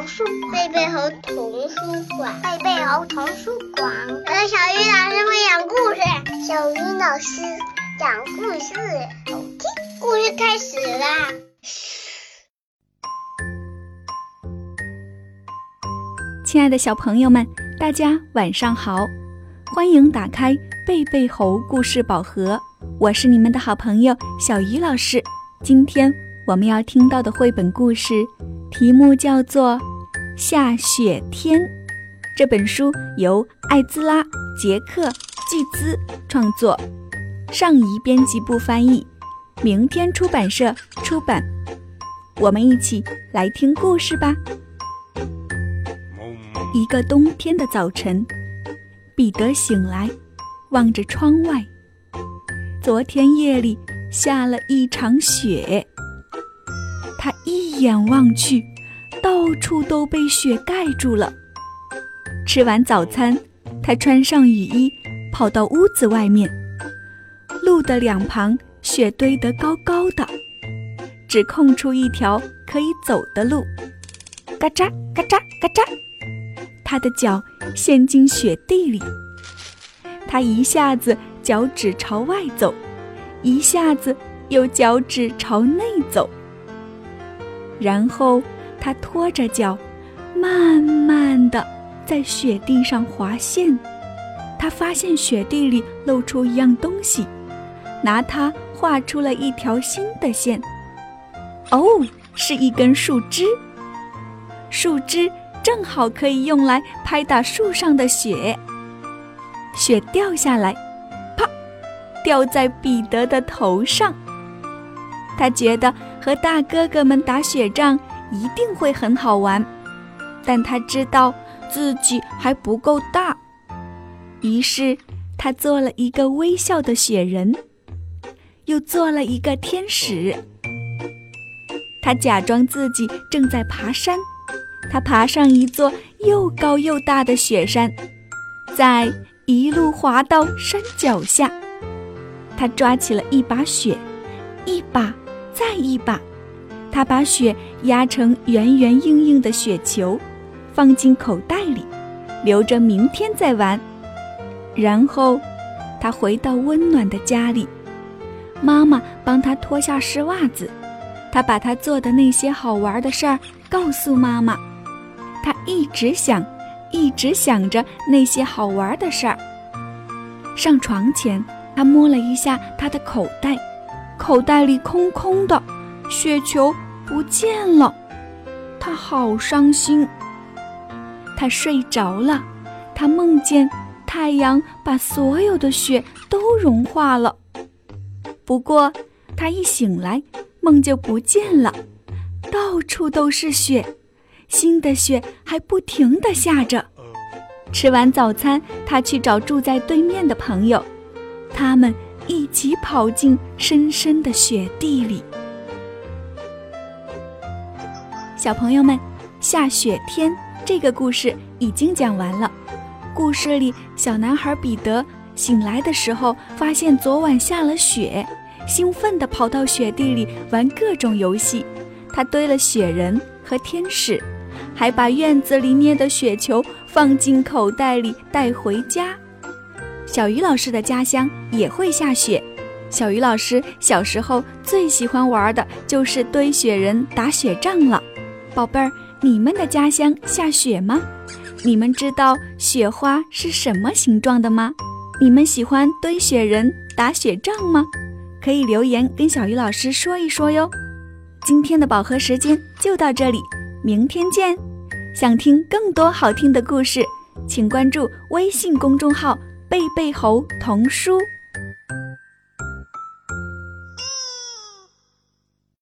书， 贝贝猴童书馆， 贝贝猴童书馆。 小鱼老师会讲故事， 小鱼老师讲故事，好听。 故事开始啦！ 亲爱的小朋友们，大家晚上好，欢迎打开贝贝猴故事宝盒，我是你们的好朋友小鱼老师。今天我们要听到的绘本故事题目叫做《下雪天》，这本书由艾兹拉·杰克·季兹创作，上仪编辑部翻译，明天出版社出版。我们一起来听故事吧。一个冬天的早晨，彼得醒来，望着窗外，昨天夜里下了一场雪。他一眼望去，到处都被雪盖住了。吃完早餐，他穿上雨衣，跑到屋子外面。路的两旁雪堆得高高的，只空出一条可以走的路。嘎喳嘎喳嘎喳，他的脚陷进雪地里。他一下子脚趾朝外走，一下子又脚趾朝内走。然后他拖着脚，慢慢地在雪地上滑线。他发现雪地里露出一样东西，拿它画出了一条新的线。哦，是一根树枝。树枝正好可以用来拍打树上的雪。雪掉下来，啪，掉在彼得的头上。他觉得和大哥哥们打雪仗一定会很好玩，但他知道自己还不够大。于是他做了一个微笑的雪人，又做了一个天使。他假装自己正在爬山，他爬上一座又高又大的雪山，再一路滑到山脚下。他抓起了一把雪，一把再一把，他把雪压成圆圆硬硬的雪球，放进口袋里，留着明天再玩。然后他回到温暖的家里，妈妈帮他脱下湿袜子，他把他做的那些好玩的事儿告诉妈妈。他一直想着那些好玩的事儿。上床前，他摸了一下他的口袋，口袋里空空的，雪球不见了。他好伤心。他睡着了，他梦见太阳把所有的雪都融化了。不过他一醒来，梦就不见了，到处都是雪，新的雪还不停地下着。吃完早餐，他去找住在对面的朋友，他们一起跑进深深的雪地里。小朋友们，下雪天这个故事已经讲完了。故事里，小男孩彼得醒来的时候，发现昨晚下了雪，兴奋地跑到雪地里玩各种游戏。他堆了雪人和天使，还把院子里捏的雪球放进口袋里带回家。小鱼老师的家乡也会下雪，小鱼老师小时候最喜欢玩的就是堆雪人打雪仗了。宝贝儿，你们的家乡下雪吗？你们知道雪花是什么形状的吗？你们喜欢堆雪人打雪仗吗？可以留言跟小鱼老师说一说哟。今天的宝盒时间就到这里，明天见。想听更多好听的故事，请关注微信公众号贝贝猴童书。